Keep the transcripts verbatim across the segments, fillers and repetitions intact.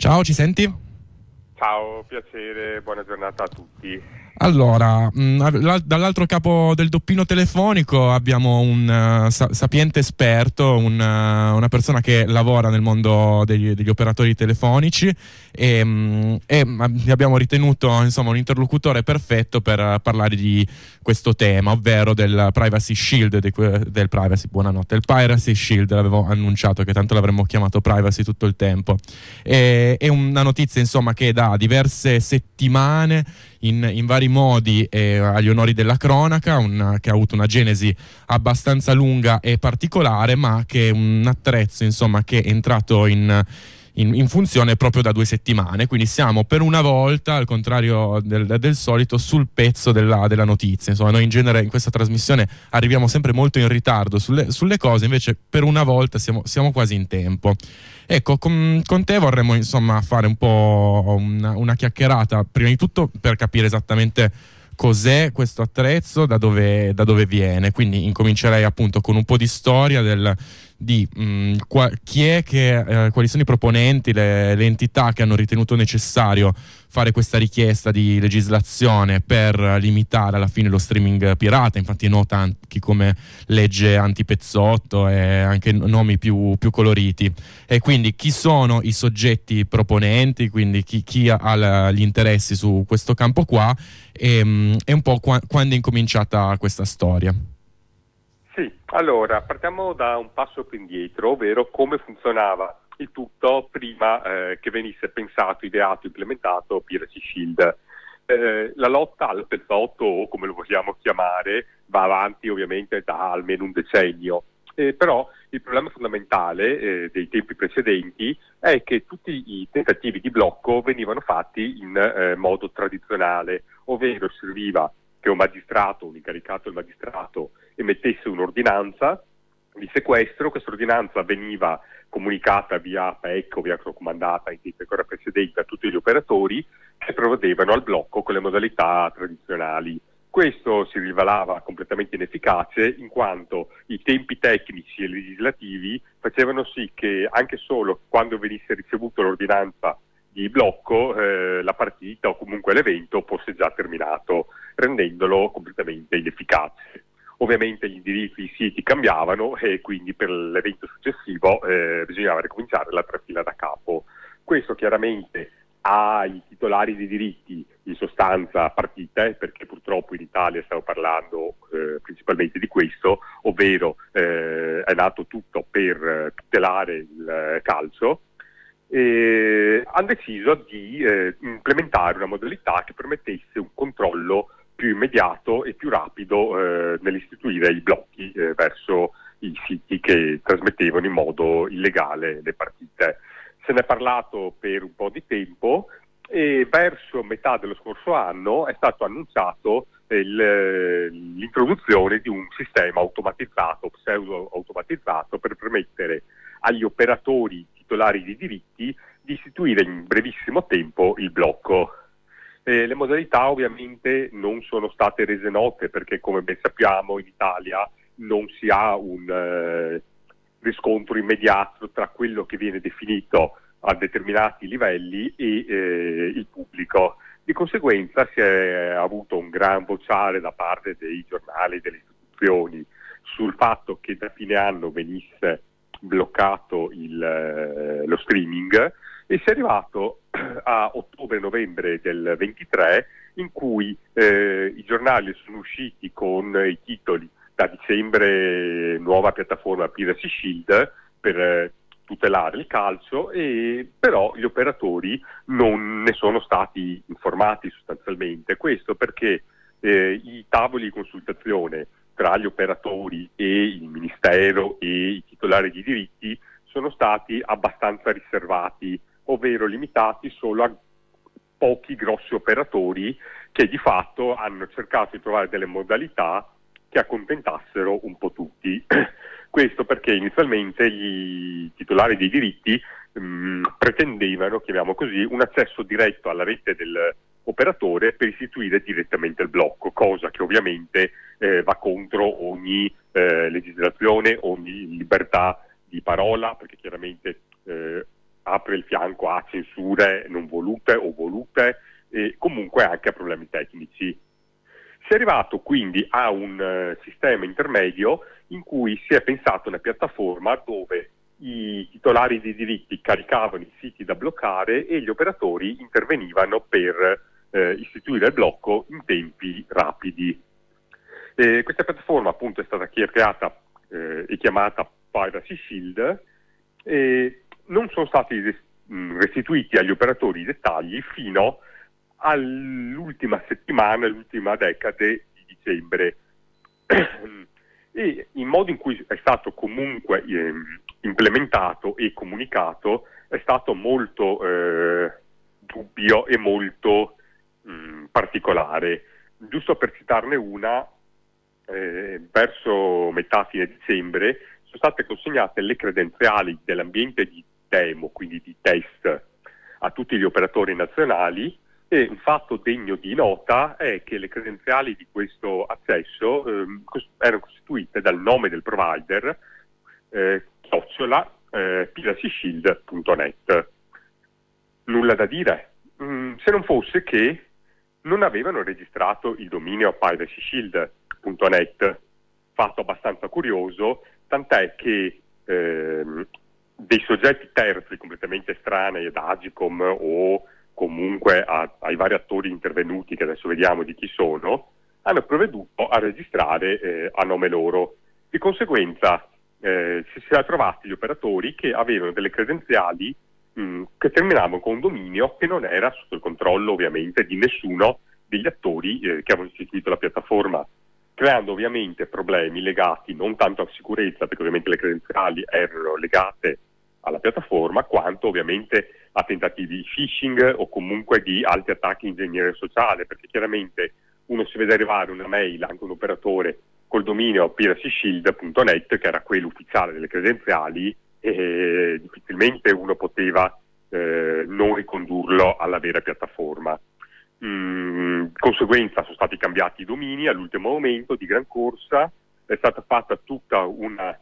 Ciao, ci senti? Ciao, piacere, buona giornata a tutti. Allora, mh, dall'altro capo del doppino telefonico abbiamo un uh, sa- sapiente esperto, un, uh, una persona che lavora nel mondo degli, degli operatori telefonici e, mh, e mh, abbiamo ritenuto insomma un interlocutore perfetto per uh, parlare di questo tema, ovvero del Privacy Shield, de que- del Privacy, buonanotte, il Piracy Shield, l'avevo annunciato che tanto l'avremmo chiamato Privacy tutto il tempo. E, è una notizia insomma che da diverse settimane In, in vari modi eh, agli onori della cronaca, un, che ha avuto una genesi abbastanza lunga e particolare, ma che è un attrezzo insomma che è entrato in, in, in funzione proprio da due settimane, quindi siamo per una volta, al contrario del, del solito, sul pezzo della, della notizia. Insomma, noi in genere in questa trasmissione arriviamo sempre molto in ritardo sulle, sulle cose, invece per una volta siamo, siamo quasi in tempo. Ecco, con, con te vorremmo insomma fare un po' una, una chiacchierata, prima di tutto per capire esattamente cos'è questo attrezzo, da dove, da dove viene, quindi incomincerei appunto con un po' di storia del, di mh, qua, chi è che, eh, quali sono i proponenti, le, le entità che hanno ritenuto necessario fare questa richiesta di legislazione per limitare alla fine lo streaming pirata. Infatti è nota anche come legge antipezzotto e anche nomi più, più coloriti. E quindi chi sono i soggetti proponenti, quindi chi, chi ha gli interessi su questo campo qua e, e un po' qua, quando è incominciata questa storia. Sì, allora partiamo da un passo più indietro, ovvero come funzionava il tutto prima eh, che venisse pensato, ideato, implementato Piracy Shield. Eh, la lotta al pezzotto, o come lo vogliamo chiamare, va avanti ovviamente da almeno un decennio. Eh, però il problema fondamentale eh, dei tempi precedenti è che tutti i tentativi di blocco venivano fatti in eh, modo tradizionale, ovvero serviva che un magistrato, un incaricato del magistrato, emettesse un'ordinanza di sequestro. Questa ordinanza veniva comunicata via P E C o via raccomandata in tempi ancora precedenti a tutti gli operatori che provvedevano al blocco con le modalità tradizionali. Questo si rivelava completamente inefficace in quanto i tempi tecnici e legislativi facevano sì che anche solo quando venisse ricevuta l'ordinanza di blocco eh, la partita o comunque l'evento fosse già terminato, rendendolo completamente inefficace. Ovviamente gli indirizzi, i siti cambiavano e quindi per l'evento successivo eh, bisognava ricominciare la trafila da capo. Questo chiaramente ai titolari dei diritti in sostanza partite, perché purtroppo in Italia stiamo parlando eh, principalmente di questo, ovvero eh, è nato tutto per eh, tutelare il eh, calcio, e hanno deciso di eh, implementare una modalità che permettesse un controllo più immediato e più rapido eh, nell'istituire i blocchi eh, verso i siti che trasmettevano in modo illegale le partite. Se ne è parlato per un po' di tempo e verso metà dello scorso anno è stato annunciato il, l'introduzione di un sistema automatizzato, pseudo-automatizzato, per permettere agli operatori titolari di diritti di istituire in brevissimo tempo il blocco. Eh, le modalità ovviamente non sono state rese note perché, come ben sappiamo, in Italia non si ha un eh, riscontro immediato tra quello che viene definito a determinati livelli e eh, il pubblico. Di conseguenza si è avuto un gran vociare da parte dei giornali e delle istituzioni sul fatto che da fine anno venisse bloccato il, eh, lo streaming, e si è arrivato a ottobre-novembre del ventitré in cui eh, i giornali sono usciti con i titoli: da dicembre nuova piattaforma Piracy Shield per eh, tutelare il calcio, e però gli operatori non ne sono stati informati sostanzialmente. Questo perché eh, i tavoli di consultazione tra gli operatori e il Ministero e i titolari di diritti sono stati abbastanza riservati, ovvero limitati solo a pochi grossi operatori che di fatto hanno cercato di trovare delle modalità che accontentassero un po' tutti. Questo perché inizialmente gli titolari dei diritti mh, pretendevano, chiamiamo così, un accesso diretto alla rete dell'operatore per istituire direttamente il blocco, cosa che ovviamente eh, va contro ogni eh, legislazione, ogni libertà di parola, perché chiaramente eh, apre il fianco a censure non volute o volute e comunque anche a problemi tecnici. Si è arrivato quindi a un uh, sistema intermedio in cui si è pensato una piattaforma dove i titolari di diritti caricavano i siti da bloccare e gli operatori intervenivano per eh, istituire il blocco in tempi rapidi. E questa piattaforma appunto è stata creata eh, e chiamata Piracy Shield e non sono stati restituiti agli operatori i dettagli fino all'ultima settimana, l'ultima decade di dicembre. E il modo in cui è stato comunque eh, implementato e comunicato è stato molto eh, dubbio e molto mh, particolare. Giusto per citarne una, eh, verso metà fine dicembre sono state consegnate le credenziali dell'ambiente di demo, quindi di test, a tutti gli operatori nazionali. E un fatto degno di nota è che le credenziali di questo accesso eh, erano costituite dal nome del provider, eh, chiocciola eh, piracy-shield punto net. Nulla da dire, mm, se non fosse che non avevano registrato il dominio piracy shield punto net, fatto abbastanza curioso, tant'è che ehm, dei soggetti terzi completamente estranei ad Agicom o comunque a, ai vari attori intervenuti, che adesso vediamo di chi sono, hanno provveduto a registrare eh, a nome loro. Di conseguenza eh, si sono trovati gli operatori che avevano delle credenziali mh, che terminavano con un dominio che non era sotto il controllo ovviamente di nessuno degli attori eh, che avevano istituito la piattaforma, creando ovviamente problemi legati non tanto a sicurezza, perché ovviamente le credenziali erano legate alla piattaforma, quanto ovviamente a tentativi di phishing o comunque di altri attacchi in ingegneria sociale, perché chiaramente uno si vede arrivare una mail, anche un operatore, col dominio piracy shield punto net, che era quello ufficiale delle credenziali, e difficilmente uno poteva eh, non ricondurlo alla vera piattaforma. Mm, conseguenza sono stati cambiati i domini all'ultimo momento, di gran corsa, è stata fatta tutta una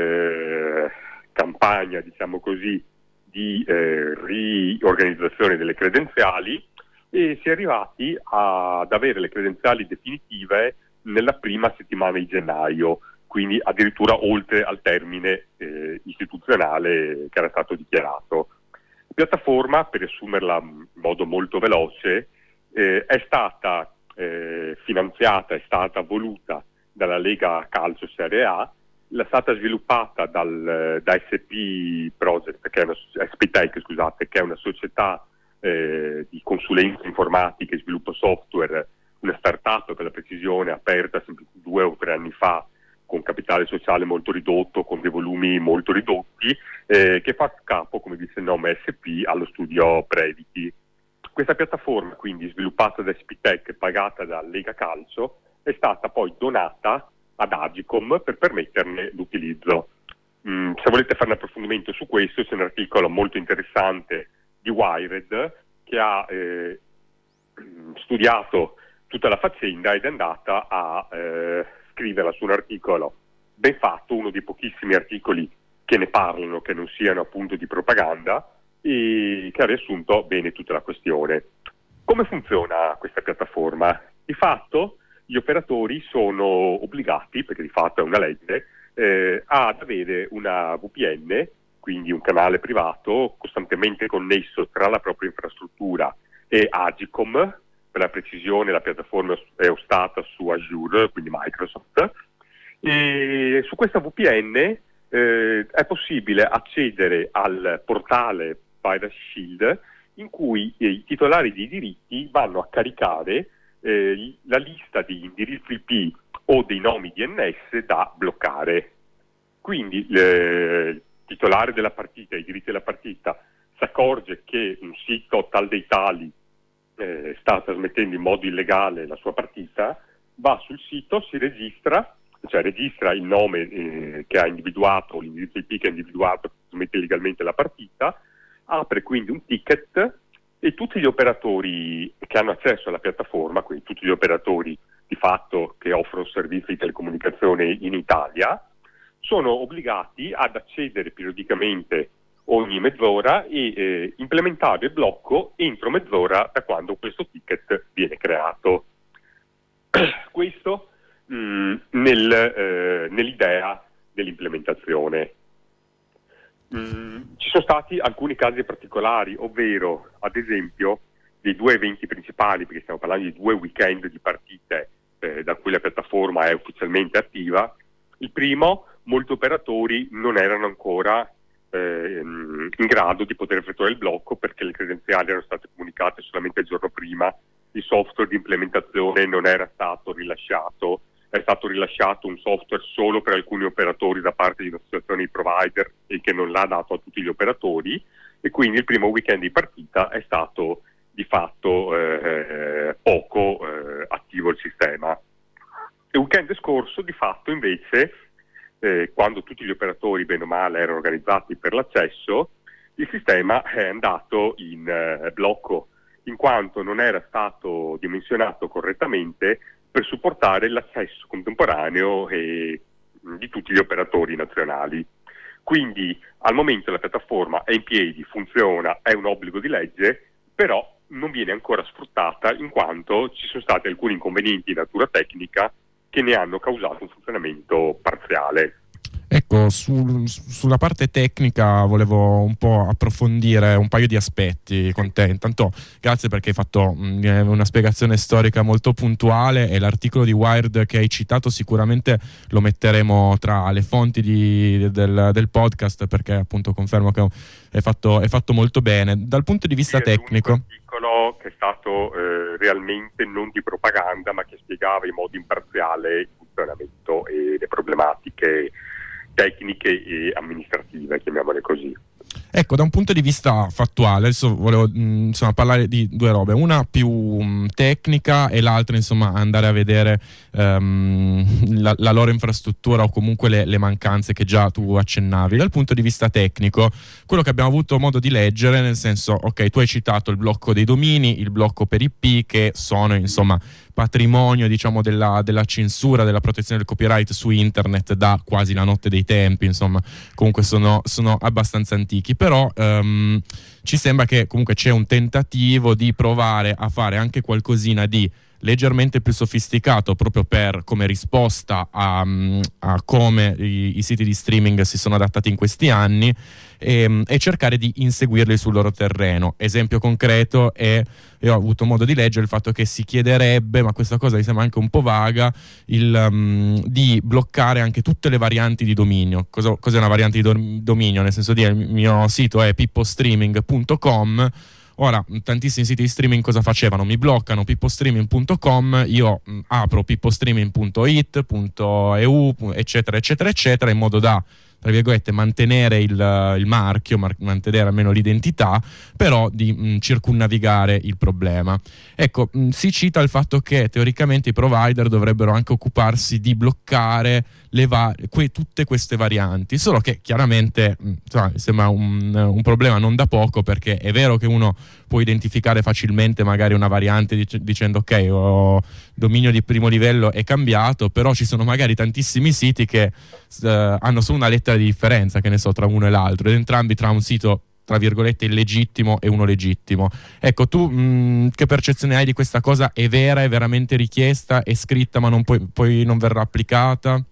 eh, campagna, diciamo così, di eh, riorganizzazione delle credenziali e si è arrivati a, ad avere le credenziali definitive nella prima settimana di gennaio, quindi addirittura oltre al termine eh, istituzionale che era stato dichiarato. La piattaforma, per riassumerla in modo molto veloce, eh, è stata eh, finanziata, è stata voluta dalla Lega Calcio Serie A, è stata sviluppata dal, da S P Project, che è una, S P Tech, scusate, che è una società eh, di consulenza informatica e sviluppo software, una startup per la precisione aperta sempre due o tre anni fa, con capitale sociale molto ridotto, con dei volumi molto ridotti, eh, che fa capo, come dice il nome S P, allo studio Previty. Questa piattaforma, quindi sviluppata da S P Tech, pagata da Lega Calcio, è stata poi donata ad Agicom per permetterne l'utilizzo. Mm, se volete fare un approfondimento su questo, c'è un articolo molto interessante di Wired che ha eh, studiato tutta la faccenda ed è andata a eh, scriverla su un articolo ben fatto, uno dei pochissimi articoli che ne parlano, che non siano appunto di propaganda, e che ha riassunto bene tutta la questione. Come funziona questa piattaforma? Di fatto gli operatori sono obbligati, perché di fatto è una legge, eh, ad avere una V P N, quindi un canale privato costantemente connesso tra la propria infrastruttura e Agicom. Per la precisione la piattaforma è ostata su Azure, quindi Microsoft, e su questa V P N eh, è possibile accedere al portale Piracy Shield, in cui i titolari di diritti vanno a caricare Eh, la lista di indirizzi I P o dei nomi D N S da bloccare. Quindi le, il titolare della partita, i diritti della partita, si accorge che un sito tal dei tali eh, sta trasmettendo in modo illegale la sua partita, va sul sito, si registra, cioè registra il nome eh, che ha individuato, l'indirizzo I P che ha individuato per trasmettere illegalmente la partita, apre quindi un ticket e tutti gli operatori che hanno accesso alla piattaforma, quindi tutti gli operatori di fatto che offrono servizi di telecomunicazione in Italia, sono obbligati ad accedere periodicamente ogni mezz'ora e eh, implementare il blocco entro mezz'ora da quando questo ticket viene creato. Questo mh, nel, eh, nell'idea dell'implementazione. Mm, ci sono stati alcuni casi particolari, ovvero ad esempio dei due eventi principali, perché stiamo parlando di due weekend di partite eh, da cui la piattaforma è ufficialmente attiva. Il primo, molti operatori non erano ancora eh, in grado di poter effettuare il blocco perché le credenziali erano state comunicate solamente il giorno prima, il software di implementazione non era stato rilasciato, è stato rilasciato un software solo per alcuni operatori da parte di un'associazione di provider e che non l'ha dato a tutti gli operatori, e quindi il primo weekend di partita è stato di fatto eh, poco eh, attivo il sistema. Il weekend scorso di fatto invece, eh, quando tutti gli operatori bene o male erano organizzati per l'accesso, il sistema è andato in eh, blocco, in quanto non era stato dimensionato correttamente per supportare l'accesso contemporaneo eh, di tutti gli operatori nazionali. Quindi al momento la piattaforma è in piedi, funziona, è un obbligo di legge, però non viene ancora sfruttata in quanto ci sono stati alcuni inconvenienti di natura tecnica che ne hanno causato un funzionamento parziale. Ecco, sul, sulla parte tecnica volevo un po' approfondire un paio di aspetti con te. Intanto grazie perché hai fatto mh, una spiegazione storica molto puntuale, e l'articolo di Wired che hai citato sicuramente lo metteremo tra le fonti di, del, del podcast, perché appunto confermo che è fatto, è fatto molto bene. Dal punto di vista sì, tecnico... È un articolo che è stato eh, realmente non di propaganda, ma che spiegava in modo imparziale il funzionamento e le problematiche tecniche e amministrative, chiamiamole così. Ecco, da un punto di vista fattuale, adesso volevo mh, insomma, parlare di due robe, una più mh, tecnica e l'altra insomma andare a vedere um, la, la loro infrastruttura o comunque le, le mancanze che già tu accennavi. Dal punto di vista tecnico, quello che abbiamo avuto modo di leggere, nel senso, ok, tu hai citato il blocco dei domini, il blocco per I P, che sono insomma patrimonio diciamo della, della censura, della protezione del copyright su internet da quasi la notte dei tempi, insomma comunque sono, sono abbastanza antichi, però um, ci sembra che comunque c'è un tentativo di provare a fare anche qualcosina di leggermente più sofisticato proprio per come risposta a, a come i, i siti di streaming si sono adattati in questi anni, e, e cercare di inseguirli sul loro terreno. Esempio concreto è, io ho avuto modo di leggere il fatto che si chiederebbe, ma questa cosa mi sembra anche un po' vaga, il, um, di bloccare anche tutte le varianti di dominio. Cosa, cos'è una variante di do- dominio? Nel senso di il mio sito è pippostreaming punto com. Ora, tantissimi siti di streaming cosa facevano? Mi bloccano pippostreaming punto com, io mh, apro pippostreaming punto it, .eu, eccetera, eccetera, eccetera, in modo da, tra virgolette, mantenere il, il marchio, mar- mantenere almeno l'identità, però di mh, circunnavigare il problema. Ecco, mh, si cita il fatto che teoricamente i provider dovrebbero anche occuparsi di bloccare le va- que- tutte queste varianti, solo che chiaramente mh, insomma, sembra un, un problema non da poco, perché è vero che uno può identificare facilmente magari una variante dic- dicendo ok, ho dominio di primo livello è cambiato, però ci sono magari tantissimi siti che uh, hanno solo una lettera di differenza, che ne so, tra uno e l'altro, ed entrambi tra un sito tra virgolette illegittimo e uno legittimo. Ecco, tu mh, che percezione hai di questa cosa? È vera, è veramente richiesta, è scritta ma non poi, poi non verrà applicata?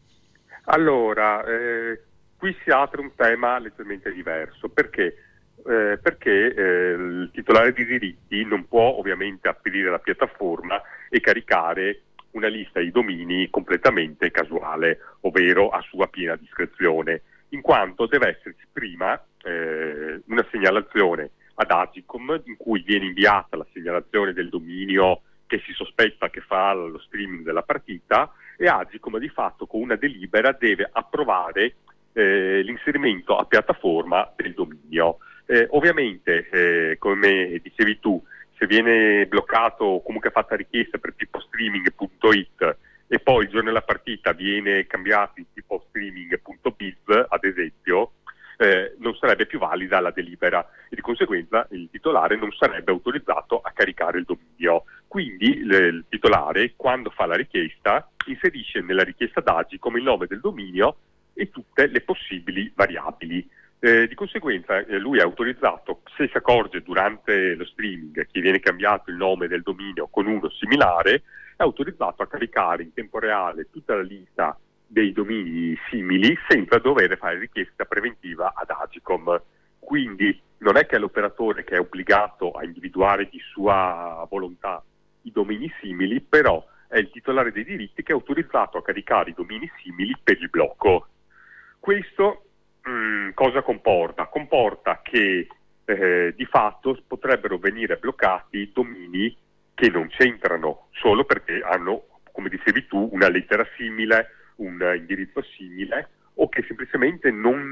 Allora, eh, qui si apre un tema leggermente diverso, perché? Eh, perché eh, il titolare di diritti non può ovviamente aprire la piattaforma e caricare una lista di domini completamente casuale, ovvero a sua piena discrezione, in quanto deve esserci prima eh, una segnalazione ad Agicom in cui viene inviata la segnalazione del dominio che si sospetta che fa lo streaming della partita, e Agicom di fatto con una delibera deve approvare eh, l'inserimento a piattaforma del dominio. Eh, ovviamente, eh, come dicevi tu, se viene bloccato o comunque fatta richiesta per pippostreaming punto it e poi il giorno della partita viene cambiato in pippostreaming punto biz, ad esempio, eh, non sarebbe più valida la delibera e di conseguenza il titolare non sarebbe autorizzato a caricare il dominio. Quindi l- il titolare, quando fa la richiesta, inserisce nella richiesta d'Agicom il nome del dominio e tutte le possibili variabili. Eh, di conseguenza eh, lui è autorizzato, se si accorge durante lo streaming che viene cambiato il nome del dominio con uno similare, è autorizzato a caricare in tempo reale tutta la lista dei domini simili senza dover fare richiesta preventiva ad Agicom. Quindi non è che è l'operatore che è obbligato a individuare di sua volontà i domini simili, però è il titolare dei diritti che è autorizzato a caricare i domini simili per il blocco. Questo mh, cosa comporta? Comporta che eh, di fatto potrebbero venire bloccati domini che non c'entrano, solo perché hanno, come dicevi tu, una lettera simile, un indirizzo simile, o che semplicemente non,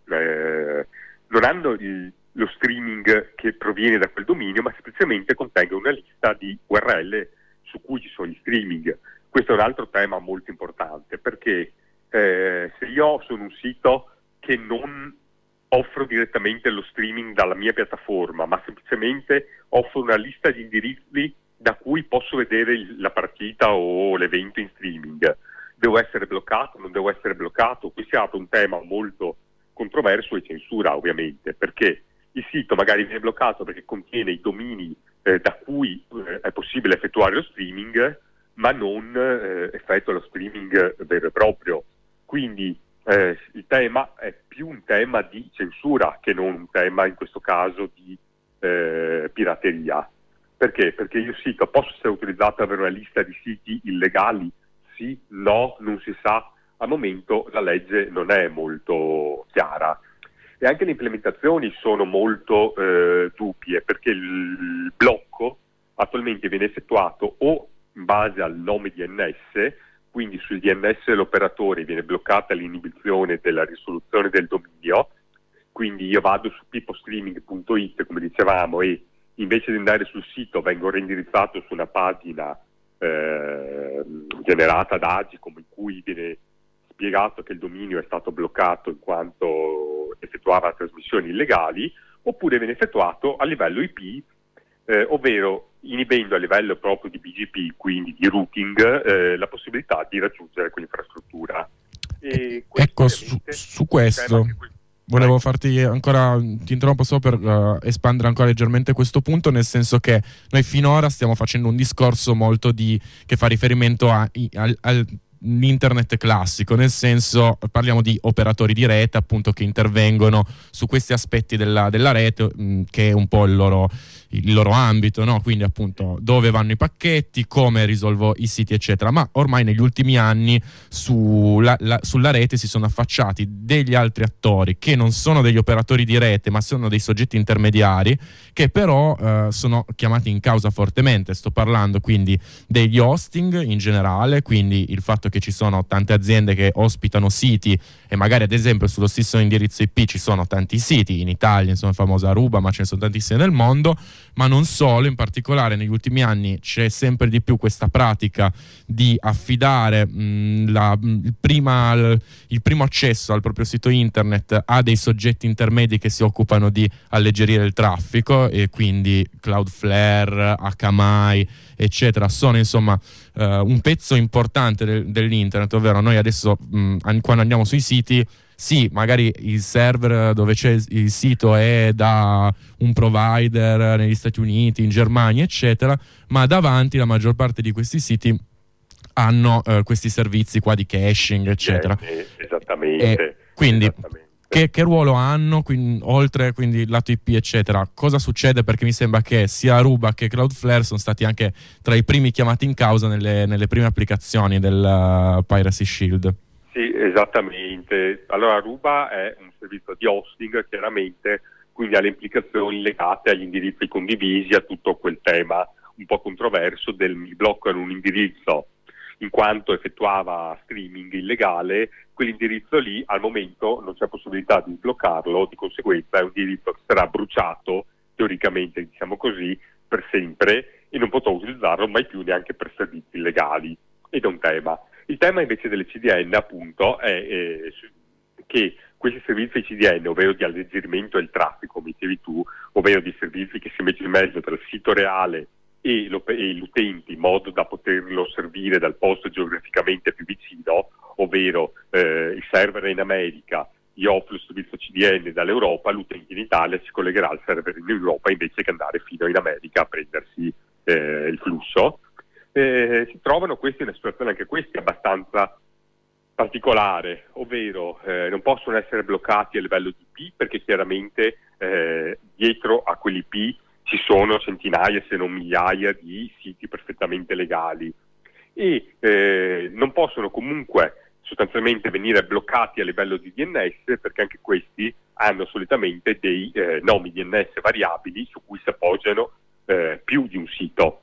eh, non hanno il, lo streaming che proviene da quel dominio, ma semplicemente contengono una lista di U R L su cui ci sono gli streaming. Questo è un altro tema molto importante, perché eh, se io sono un sito che non offro direttamente lo streaming dalla mia piattaforma, ma semplicemente offro una lista di indirizzi da cui posso vedere il, la partita o l'evento in streaming, devo essere bloccato, non devo essere bloccato? Qui si apre un tema molto controverso e censura, ovviamente, perché il sito magari viene bloccato perché contiene i domini eh, da cui eh, è possibile effettuare lo streaming, ma non eh, effettua lo streaming vero e proprio. Quindi eh, il tema è più un tema di censura che non un tema, in questo caso, di eh, pirateria. Perché? Perché il sito posso essere utilizzato per avere una lista di siti illegali? Sì, no, non si sa. Al momento la legge non è molto chiara. E anche le implementazioni sono molto eh, dubbie, perché il blocco attualmente viene effettuato o in base al nome D N S, quindi sul D N S dell'operatore viene bloccata l'inibizione della risoluzione del dominio, quindi io vado su pippostreaming punto it, come dicevamo, e invece di andare sul sito vengo reindirizzato su una pagina eh, generata da Agicom in cui viene spiegato che il dominio è stato bloccato in quanto effettuava trasmissioni illegali, oppure viene effettuato a livello I P, eh, ovvero inibendo a livello proprio di B G P, quindi di routing, eh, la possibilità di raggiungere quell'infrastruttura. E ecco, su, su questo volevo farti ancora, ti interrompo solo per uh, espandere ancora leggermente questo punto, nel senso che noi finora stiamo facendo un discorso molto di che fa riferimento a, al, al l'internet classico, nel senso parliamo di operatori di rete appunto che intervengono su questi aspetti della, della rete mh, che è un po' il loro, il loro ambito, no? Quindi appunto dove vanno i pacchetti, come risolvo i siti eccetera, ma ormai negli ultimi anni sulla, la, sulla rete si sono affacciati degli altri attori che non sono degli operatori di rete ma sono dei soggetti intermediari che però eh, sono chiamati in causa fortemente. Sto parlando quindi degli hosting in generale, quindi il fatto che ci sono tante aziende che ospitano siti e magari ad esempio sullo stesso indirizzo I P ci sono tanti siti, in Italia insomma è famosa Aruba, ma ce ne sono tantissimi nel mondo, ma non solo. In particolare negli ultimi anni c'è sempre di più questa pratica di affidare mh, la, il, prima, il, il primo accesso al proprio sito internet a dei soggetti intermedi che si occupano di alleggerire il traffico, e quindi Cloudflare, Akamai eccetera sono insomma uh, un pezzo importante de- dell'internet, ovvero noi adesso mh, quando andiamo sui siti, sì, magari il server dove c'è il sito è da un provider negli Stati Uniti, in Germania eccetera, ma davanti la maggior parte di questi siti hanno uh, questi servizi qua di caching eccetera. Eh, esattamente. E quindi esattamente. Che, che ruolo hanno, quindi, oltre quindi lato I P eccetera? Cosa succede? Perché mi sembra che sia Aruba che Cloudflare sono stati anche tra i primi chiamati in causa nelle, nelle prime applicazioni del uh, Piracy Shield. Sì, esattamente. Allora Aruba è un servizio di hosting, chiaramente, quindi ha le implicazioni legate agli indirizzi condivisi, a tutto quel tema un po' controverso del mi bloccano un indirizzo in quanto effettuava streaming illegale. Quell'indirizzo lì al momento non c'è possibilità di sbloccarlo, di conseguenza è un indirizzo che sarà bruciato, teoricamente diciamo così, per sempre, e non potrò utilizzarlo mai più neanche per servizi illegali. Ed è un tema. Il tema invece delle C D N appunto è eh, che questi servizi C D N, ovvero di alleggerimento del traffico, come dicevi tu, ovvero di servizi che si mettono in mezzo tra il sito reale e, e l'utente in modo da poterlo servire dal posto geograficamente più vicino, ovvero eh, il server è in America io offro il servizio C D N dall'Europa, l'utente in Italia si collegherà al server in Europa invece che andare fino in America a prendersi eh, il flusso. Eh, si trovano questi in una situazione anche questi abbastanza particolare, ovvero eh, non possono essere bloccati a livello di I P perché chiaramente eh, dietro a quell'I P ci sono centinaia se non migliaia di siti perfettamente legali e eh, non possono comunque sostanzialmente venire bloccati a livello di D N S perché anche questi hanno solitamente dei eh, nomi D N S variabili su cui si appoggiano eh, più di un sito.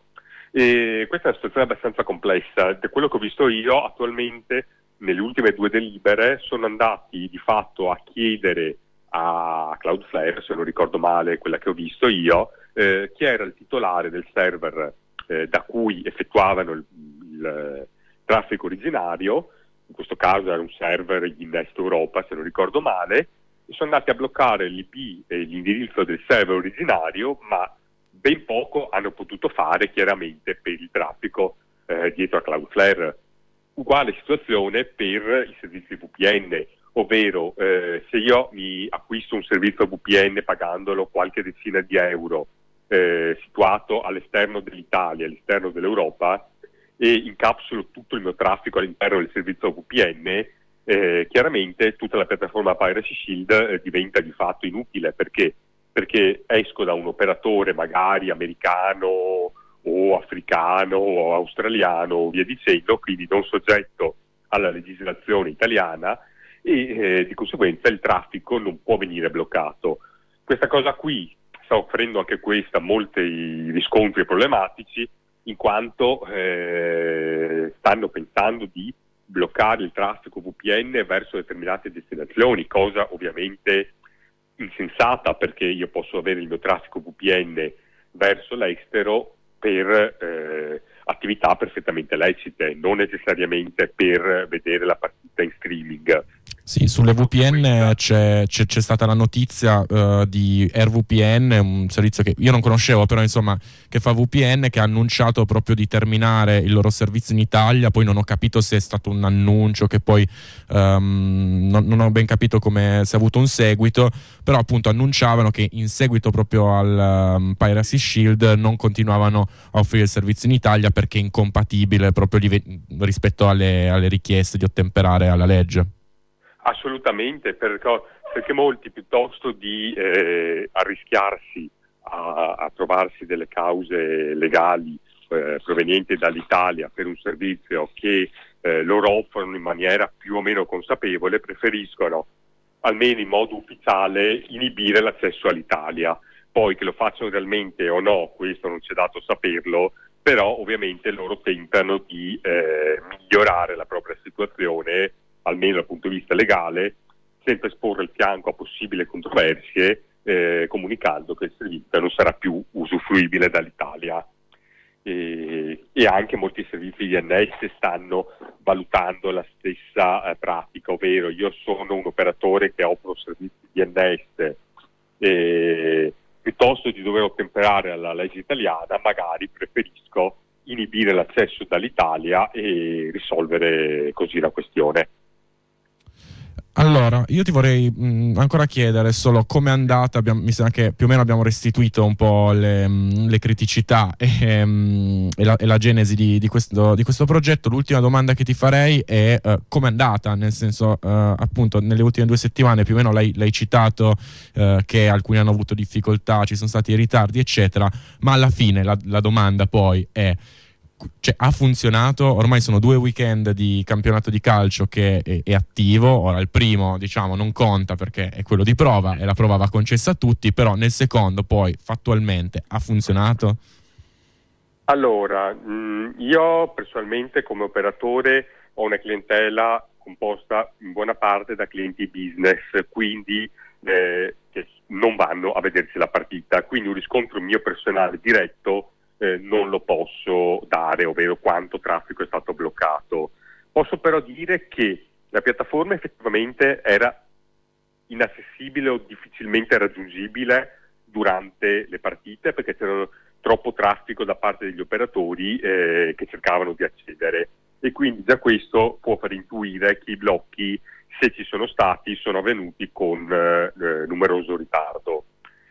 E questa è una situazione abbastanza complessa. Da quello che ho visto io attualmente nelle ultime due delibere sono andati di fatto a chiedere a Cloudflare, se non ricordo male quella che ho visto io, eh, chi era il titolare del server eh, da cui effettuavano il, il traffico originario. In questo caso era un server in Est Europa, se non ricordo male, e sono andati a bloccare l'I P e l'indirizzo del server originario, ma ben poco hanno potuto fare chiaramente per il traffico eh, dietro a Cloudflare. Uguale situazione per i servizi V P N, ovvero eh, se io mi acquisto un servizio V P N pagandolo qualche decina di euro eh, situato all'esterno dell'Italia, all'esterno dell'Europa, e incapsulo tutto il mio traffico all'interno del servizio V P N, eh, chiaramente tutta la piattaforma Piracy Shield eh, diventa di fatto inutile. Perché? Perché esco da un operatore magari americano o africano o australiano o via dicendo, quindi non soggetto alla legislazione italiana e eh, di conseguenza il traffico non può venire bloccato. Questa cosa qui sta offrendo anche questa molti riscontri problematici, in quanto eh, stanno pensando di bloccare il traffico V P N verso determinate destinazioni, cosa ovviamente insensata, perché io posso avere il mio traffico V P N verso l'estero per eh, attività perfettamente lecite, non necessariamente per vedere la partita in streaming. Sì, sulle V P N c'è, c'è, c'è stata la notizia uh, di AirVPN, un servizio che io non conoscevo, però insomma che fa V P N, che ha annunciato proprio di terminare il loro servizio in Italia. Poi non ho capito se è stato un annuncio che poi um, non, non ho ben capito come se ha avuto un seguito, però appunto annunciavano che in seguito proprio al um, Piracy Shield non continuavano a offrire il servizio in Italia perché è incompatibile proprio di, rispetto alle, alle richieste di ottemperare alla legge. Assolutamente, perché, perché molti piuttosto di eh, arrischiarsi a, a trovarsi delle cause legali eh, provenienti dall'Italia per un servizio che eh, loro offrono in maniera più o meno consapevole, preferiscono almeno in modo ufficiale inibire l'accesso all'Italia. Poi che lo facciano realmente o no, questo non c'è dato saperlo, però ovviamente loro tentano di eh, migliorare la propria situazione almeno dal punto di vista legale, senza esporre il fianco a possibili controversie, eh, comunicando che il servizio non sarà più usufruibile dall'Italia. E, e anche molti servizi di D N S stanno valutando la stessa eh, pratica, ovvero io sono un operatore che offro servizi di D N S, e piuttosto di dover ottemperare alla legge italiana, magari preferisco inibire l'accesso dall'Italia e risolvere così la questione. Allora, io ti vorrei mh, ancora chiedere solo com'è andata. Abbiamo, mi sembra che più o meno abbiamo restituito un po' le, mh, le criticità e, mh, e, la, e la genesi di, di, questo, di questo progetto. L'ultima domanda che ti farei è uh, com'è andata, nel senso uh, appunto nelle ultime due settimane più o meno l'hai, l'hai citato uh, che alcuni hanno avuto difficoltà, ci sono stati ritardi eccetera, ma alla fine la, la domanda poi è: cioè, ha funzionato? Ormai sono due weekend di campionato di calcio che è, è attivo. Ora il primo diciamo non conta perché è quello di prova e la prova va concessa a tutti, però nel secondo poi fattualmente ha funzionato? Allora, mh, io personalmente come operatore ho una clientela composta in buona parte da clienti business, quindi eh, che non vanno a vedersi la partita, quindi un riscontro mio personale diretto Eh, non lo posso dare, ovvero quanto traffico è stato bloccato. Posso però dire che la piattaforma effettivamente era inaccessibile o difficilmente raggiungibile durante le partite perché c'era troppo traffico da parte degli operatori eh, che cercavano di accedere, e quindi già questo può far intuire che i blocchi se ci sono stati, sono avvenuti con eh, numeroso ritardo.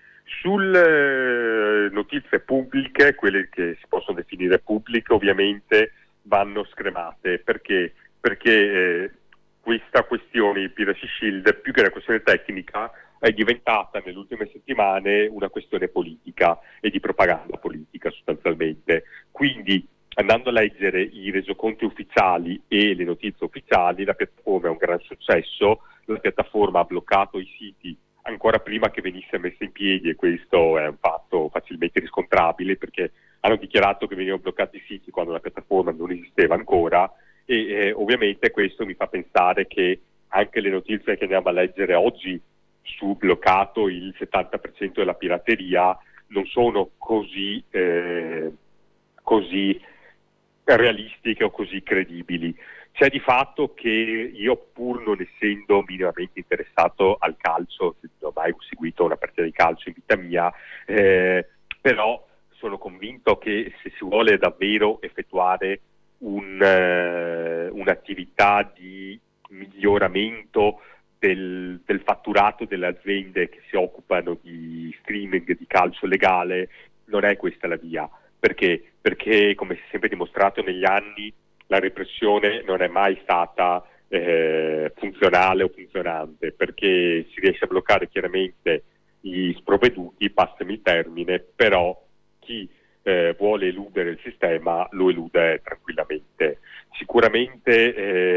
Sulle notizie pubbliche, quelle che si possono definire pubbliche, ovviamente vanno scremate. Perché? Perché eh, questa questione di Piracy Shield, più che una questione tecnica, è diventata nelle ultime settimane una questione politica e di propaganda politica sostanzialmente. Quindi, andando a leggere i resoconti ufficiali e le notizie ufficiali, la piattaforma è un gran successo, la piattaforma ha bloccato i siti ancora prima che venisse messa in piedi, e questo è un fatto facilmente riscontrabile, perché hanno dichiarato che venivano bloccati i siti quando la piattaforma non esisteva ancora, e eh, ovviamente questo mi fa pensare che anche le notizie che andiamo a leggere oggi su bloccato il settanta per cento della pirateria non sono così, eh, così realistiche o così credibili. C'è di fatto che io, pur non essendo minimamente interessato al calcio, non ho mai seguito una partita di calcio in vita mia, eh, però sono convinto che se si vuole davvero effettuare un, eh, un'attività di miglioramento del, del fatturato delle aziende che si occupano di streaming di calcio legale, non è questa la via. Perché? Perché, come si è sempre dimostrato negli anni, la repressione non è mai stata eh, funzionale o funzionante, perché si riesce a bloccare chiaramente gli sprovveduti, passami il termine, però chi eh, vuole eludere il sistema lo elude tranquillamente. Sicuramente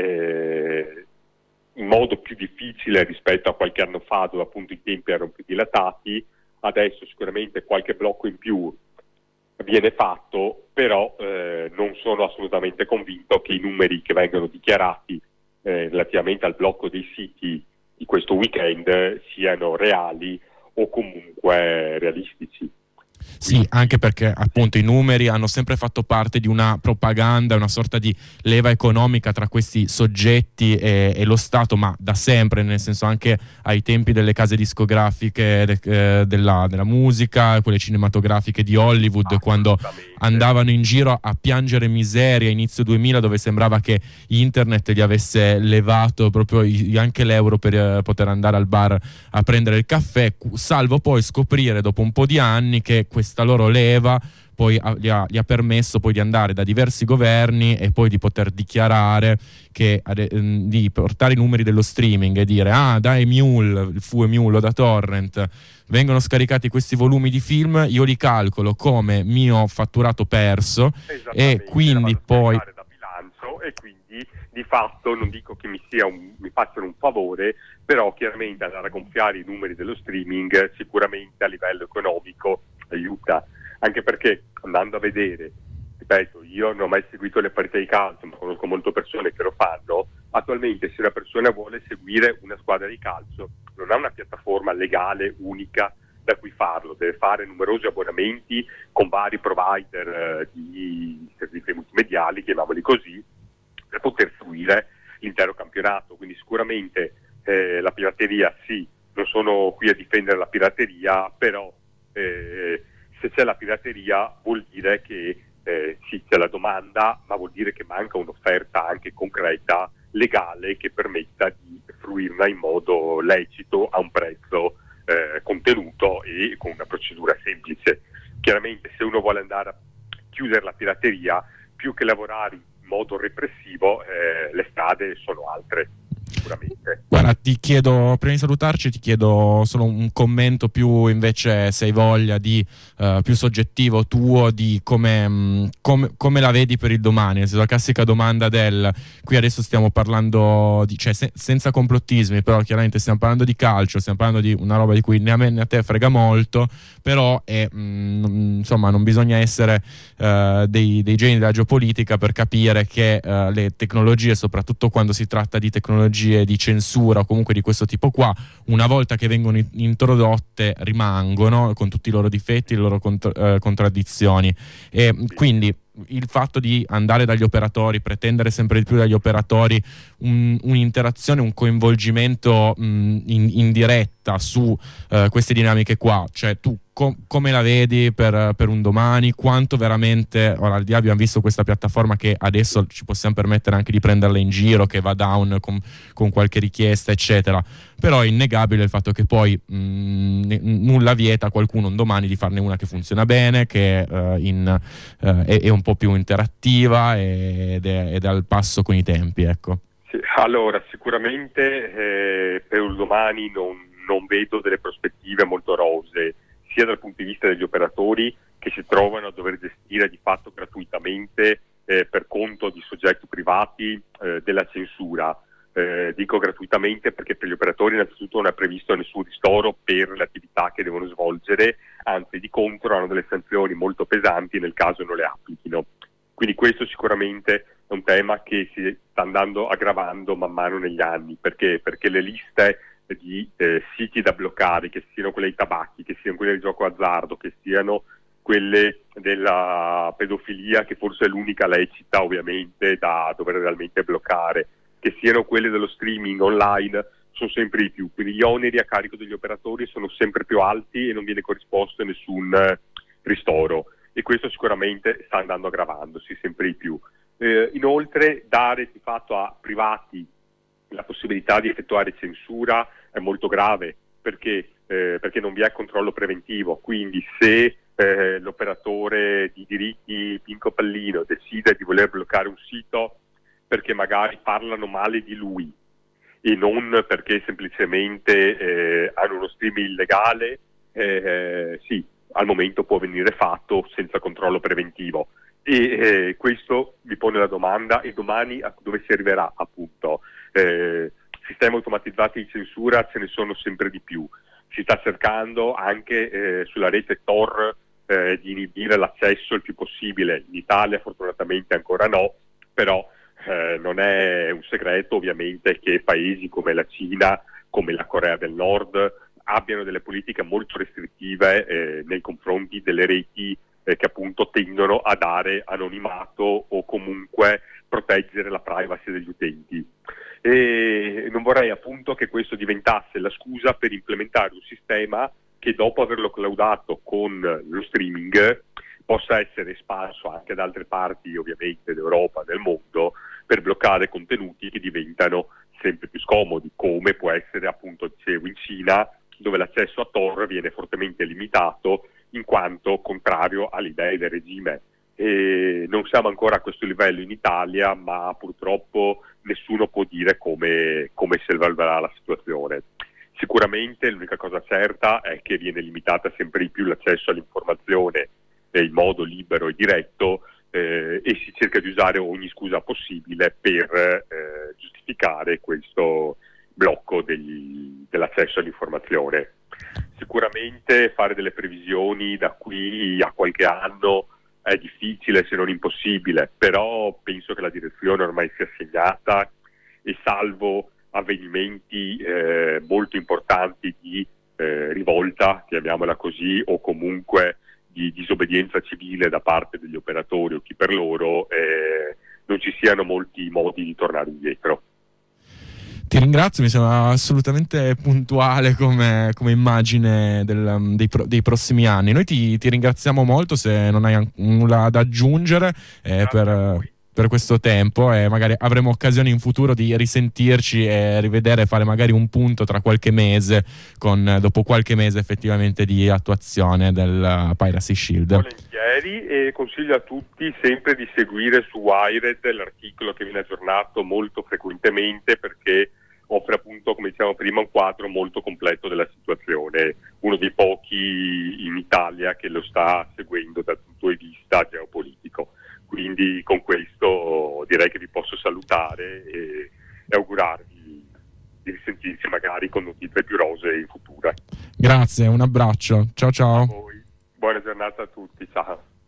eh, in modo più difficile rispetto a qualche anno fa, dove appunto i tempi erano più dilatati. Adesso sicuramente qualche blocco in più viene fatto, però eh, non sono assolutamente convinto che i numeri che vengono dichiarati eh, relativamente al blocco dei siti di questo weekend siano reali o comunque realistici. Sì, anche perché appunto i numeri hanno sempre fatto parte di una propaganda, una sorta di leva economica tra questi soggetti e, e lo Stato, ma da sempre, nel senso anche ai tempi delle case discografiche, de, eh, della, della musica, quelle cinematografiche di Hollywood, quando andavano in giro a piangere miseria inizio duemila, dove sembrava che internet gli avesse levato proprio i, anche l'euro per eh, poter andare al bar a prendere il caffè, salvo poi scoprire dopo un po' di anni che questa loro leva poi ha, gli, ha, gli ha permesso poi di andare da diversi governi e poi di poter dichiarare che di portare i numeri dello streaming e dire ah dai Mule, il Fu e Mule o da torrent vengono scaricati questi volumi di film, io li calcolo come mio fatturato perso e quindi poi da bilancio, e quindi di fatto non dico che mi sia un, mi facciano un favore, però chiaramente andare a gonfiare i numeri dello streaming sicuramente a livello economico aiuta, anche perché andando a vedere, ripeto, io non ho mai seguito le partite di calcio, ma conosco molte persone che lo fanno. Attualmente se una persona vuole seguire una squadra di calcio non ha una piattaforma legale unica da cui farlo, deve fare numerosi abbonamenti con vari provider eh, di servizi multimediali, chiamiamoli così, per poter seguire l'intero campionato. Quindi sicuramente eh, la pirateria sì, non sono qui a difendere la pirateria, però eh, se c'è la pirateria vuol dire che eh, sì, c'è la domanda, ma vuol dire che manca un'offerta anche concreta, legale, che permetta di fruirla in modo lecito a un prezzo eh, contenuto e con una procedura semplice. Chiaramente se uno vuole andare a chiudere la pirateria, più che lavorare in modo repressivo, eh, le strade sono altre. Sicuramente. Guarda, ti chiedo, prima di salutarci, ti chiedo solo un commento più, invece, se hai voglia, di uh, più soggettivo tuo, di come, mh, come, come la vedi per il domani. Nel senso, la classica domanda del, qui adesso stiamo parlando di, cioè se, senza complottismi, però chiaramente stiamo parlando di calcio, stiamo parlando di una roba di cui né a me né a te frega molto, però è, mh, insomma, non bisogna essere uh, dei, dei geni della geopolitica per capire che uh, le tecnologie, soprattutto quando si tratta di tecnologie di censura o comunque di questo tipo qua, una volta che vengono introdotte rimangono con tutti i loro difetti, le loro contro- eh, contraddizioni, e quindi il fatto di andare dagli operatori, pretendere sempre di più dagli operatori un, un'interazione, un coinvolgimento mh, in, in diretta su uh, queste dinamiche qua, cioè tu com- come la vedi per, per un domani, quanto veramente, ora al di là abbiamo visto questa piattaforma che adesso ci possiamo permettere anche di prenderla in giro, che va down con, con qualche richiesta eccetera, però è innegabile il fatto che poi mh, nulla vieta a qualcuno un domani di farne una che funziona bene, che uh, in, uh, è, è un po' più interattiva ed è, ed è al passo con i tempi, ecco. Sì, allora sicuramente eh, per un domani non, non vedo delle prospettive molto rosee, sia dal punto di vista degli operatori che si trovano a dover gestire di fatto gratuitamente eh, per conto di soggetti privati eh, della censura. Eh, dico gratuitamente perché per gli operatori innanzitutto non è previsto nessun ristoro per le attività che devono svolgere, anzi di contro hanno delle sanzioni molto pesanti nel caso non le applichino. Quindi questo sicuramente è un tema che si sta andando aggravando man mano negli anni. Perché? Perché le liste di eh, siti da bloccare, che siano quelle dei tabacchi, che siano quelle del gioco azzardo, che siano quelle della pedofilia, che forse è l'unica lecita ovviamente da dover realmente bloccare, che siano quelle dello streaming online, sono sempre di più. Quindi gli oneri a carico degli operatori sono sempre più alti e non viene corrisposto nessun eh, ristoro. E questo sicuramente sta andando aggravandosi sempre di più. Eh, inoltre dare di fatto a privati la possibilità di effettuare censura è molto grave, perché, eh, perché non vi è controllo preventivo. Quindi se eh, l'operatore di diritti Pinco Pallino decide di voler bloccare un sito perché magari parlano male di lui e non perché semplicemente eh, hanno uno streaming illegale, eh, sì, al momento può venire fatto senza controllo preventivo. E eh, questo mi pone la domanda: e domani a dove si arriverà? Appunto, eh, sistemi automatizzati di censura ce ne sono sempre di più. Si sta cercando anche eh, sulla rete Tor eh, di inibire l'accesso il più possibile. In Italia fortunatamente ancora no, però eh, non è un segreto ovviamente che paesi come la Cina, come la Corea del Nord abbiano delle politiche molto restrittive eh, nei confronti delle reti eh, che appunto tendono a dare anonimato o comunque proteggere la privacy degli utenti. E non vorrei appunto che questo diventasse la scusa per implementare un sistema che dopo averlo collaudato con lo streaming possa essere espanso anche ad altre parti ovviamente d'Europa, del mondo, per bloccare contenuti che diventano sempre più scomodi, come può essere appunto, dicevo, in Cina, dove l'accesso a Tor viene fortemente limitato in quanto contrario alle idee del regime. E non siamo ancora a questo livello in Italia, ma purtroppo nessuno può dire come, come si evolverà la situazione. Sicuramente l'unica cosa certa è che viene limitata sempre di più l'accesso all'informazione in modo libero e diretto, eh, e si cerca di usare ogni scusa possibile per eh, giustificare questo blocco degli, dell'accesso all'informazione. Sicuramente fare delle previsioni da qui a qualche anno è difficile se non impossibile, però penso che la direzione ormai sia segnata e salvo avvenimenti eh, molto importanti di eh, rivolta, chiamiamola così, o comunque di disobbedienza civile da parte degli operatori o chi per loro, eh, non ci siano molti modi di tornare indietro. Ti ringrazio, mi sembra assolutamente puntuale come, come immagine del, dei, pro, dei prossimi anni. Noi ti, ti ringraziamo molto, se non hai nulla da aggiungere eh, per, per questo tempo, e magari avremo occasione in futuro di risentirci e rivedere, fare magari un punto tra qualche mese, con, dopo qualche mese effettivamente di attuazione del Piracy Shield. Volentieri, e consiglio a tutti sempre di seguire su Wired l'articolo che viene aggiornato molto frequentemente, perché offre appunto, come dicevamo prima, un quadro molto completo della situazione, uno dei pochi in Italia che lo sta seguendo dal punto di vista geopolitico. Quindi con questo direi che vi posso salutare e, e augurarvi di risentirci magari con notizie più rosee in futuro. Grazie, un abbraccio, ciao ciao. A voi. Buona giornata a tutti, ciao.